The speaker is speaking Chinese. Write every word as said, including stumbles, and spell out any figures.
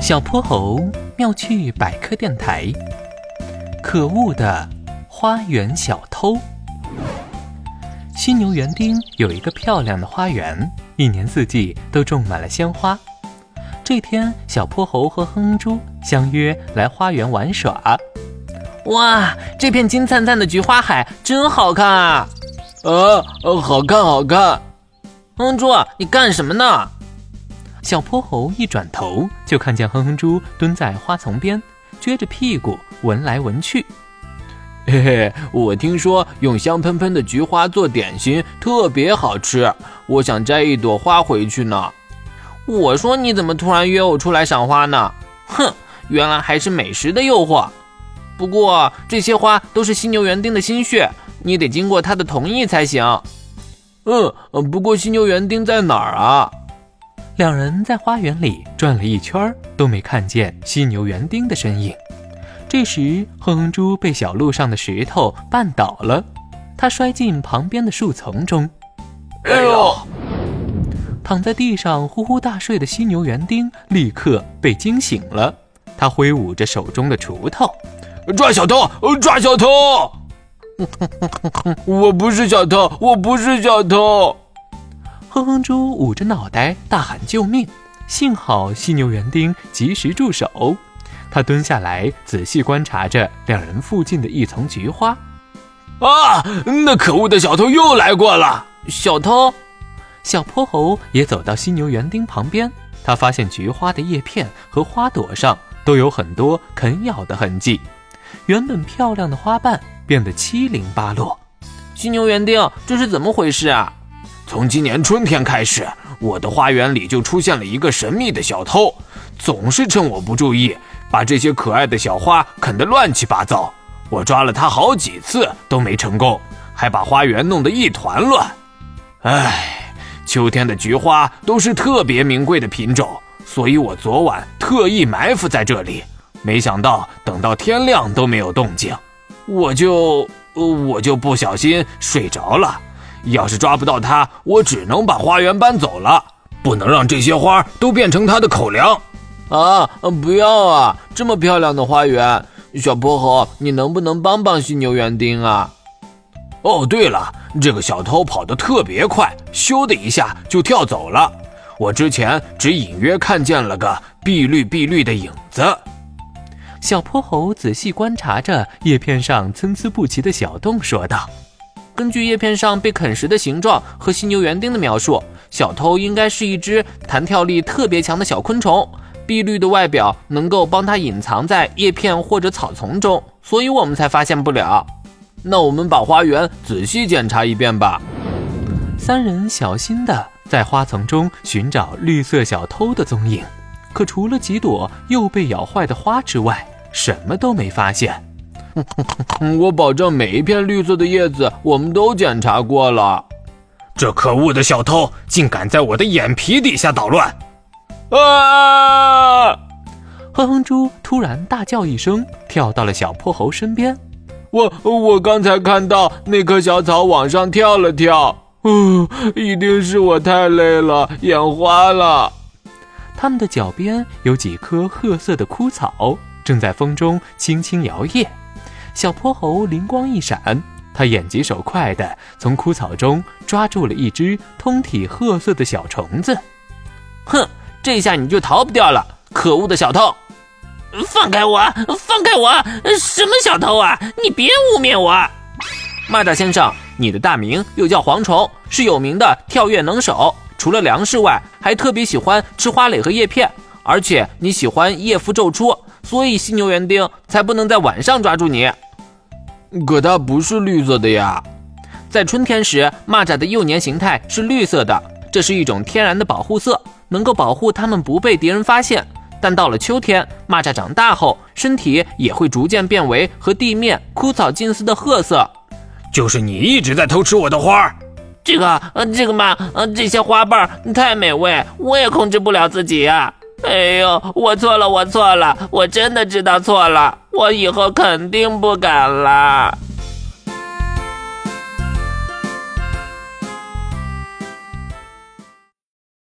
小泼猴妙趣百科电台，可恶的花园小偷。犀牛园丁有一个漂亮的花园，一年四季都种满了鲜花。这天，小泼猴和哼哼猪相约来花园玩耍。哇，这片金灿灿的菊花海真好看啊！ 呃，呃好看好看。 哼哼猪，你干什么呢？小泼猴一转头就看见哼哼猪蹲在花丛边，撅着屁股闻来闻去。 嘿嘿，我听说用香喷喷的菊花做点心特别好吃，我想摘一朵花回去呢。 我说你怎么突然约我出来赏花呢？哼，原来还是美食的诱惑。不过这些花都是犀牛园丁的心血，你得经过他的同意才行。 嗯，不过犀牛园丁在哪儿啊？ 两人在花园里转了一圈，都没看见犀牛园丁的身影。这时，哼哼猪被小路上的石头绊倒了，他摔进旁边的树丛中。 哎呦！ 躺在地上呼呼大睡的犀牛园丁立刻被惊醒了，他挥舞着手中的锄头， 抓小偷！抓小偷！我不是小偷，我不是小偷！ 哼哼猪捂着脑袋大喊救命，幸好犀牛园丁及时住手。他蹲下来仔细观察着两人附近的一丛菊花。 啊，那可恶的小偷又来过了！ 小偷？小泼猴也走到犀牛园丁旁边，他发现菊花的叶片和花朵上都有很多啃咬的痕迹，原本漂亮的花瓣变得七零八落。犀牛园丁，这是怎么回事啊？ 从今年春天开始，我的花园里就出现了一个神秘的小偷，总是趁我不注意把这些可爱的小花啃得乱七八糟。我抓了他好几次都没成功，还把花园弄得一团乱。唉，秋天的菊花都是特别名贵的品种，所以我昨晚特意埋伏在这里，没想到等到天亮都没有动静，我就我就不小心睡着了。要是抓不到他，我只能把花园搬走了，不能让这些花都变成他的口粮。 啊，不要啊，这么漂亮的花园，小泼猴，你能不能帮帮犀牛园丁啊？ 哦，对了，这个小偷跑得特别快，咻的一下就跳走了。我之前只隐约看见了个碧绿碧绿的影子。 小泼猴仔细观察着叶片上参差不齐的小洞，说道：根据叶片上被啃食的形状和犀牛园丁的描述，小偷应该是一只弹跳力特别强的小昆虫。碧绿的外表能够帮它隐藏在叶片或者草丛中，所以我们才发现不了。 那我们把花园仔细检查一遍吧。 三人小心地在花丛中寻找绿色小偷的踪影，可除了几朵又被咬坏的花之外，什么都没发现。 我保证每一片绿色的叶子我们都检查过了。这可恶的小偷竟敢在我的眼皮底下捣乱！啊！ 哼哼猪突然大叫一声，跳到了小泼猴身边。 我我刚才看到那棵小草往上跳了跳，嗯，一定是我太累了，眼花了。 它们的脚边有几棵褐色的枯草，正在风中轻轻摇曳。小泼猴灵光一闪，他眼疾手快地从枯草中抓住了一只通体褐色的小虫子。哼，这下你就逃不掉了，可恶的小偷！ 放开我！放开我！什么小偷啊？你别污蔑我！ 蚂蚱先生，你的大名又叫蝗虫，是有名的跳跃能手，除了粮食外，还特别喜欢吃花蕾和叶片，而且你喜欢叶腹骤出，所以犀牛园丁才不能在晚上抓住你。 可它不是绿色的呀。 在春天时，蚂蚱的幼年形态是绿色的，这是一种天然的保护色，能够保护它们不被敌人发现。但到了秋天，蚂蚱长大后，身体也会逐渐变为和地面枯草近似的褐色。 就是你一直在偷吃我的花。 这个呃这个嘛呃这些花瓣太美味，我也控制不了自己呀、啊。哎呦，我错了，我错了，我真的知道错了，我以后肯定不敢了。